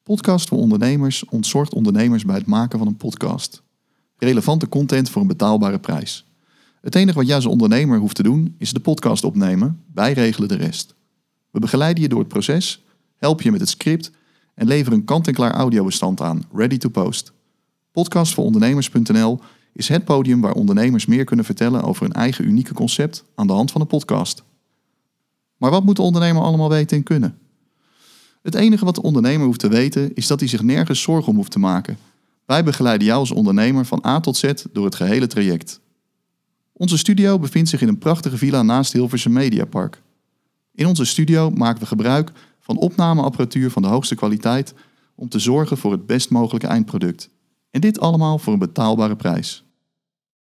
Podcast voor Ondernemers ontzorgt ondernemers bij het maken van een podcast. Relevante content voor een betaalbare prijs. Het enige wat jij als ondernemer hoeft te doen is de podcast opnemen, wij regelen de rest. We begeleiden je door het proces, helpen je met het script en leveren een kant-en-klaar audiobestand aan, ready to post. Podcastvoorondernemers.nl is het podium waar ondernemers meer kunnen vertellen over hun eigen unieke concept aan de hand van een podcast. Maar wat moet de ondernemer allemaal weten en kunnen? Het enige wat de ondernemer hoeft te weten is dat hij zich nergens zorgen om hoeft te maken. Wij begeleiden jou als ondernemer van A tot Z door het gehele traject. Onze studio bevindt zich in een prachtige villa naast Hilversum Mediapark. In onze studio maken we gebruik van opnameapparatuur van de hoogste kwaliteit om te zorgen voor het best mogelijke eindproduct. En dit allemaal voor een betaalbare prijs.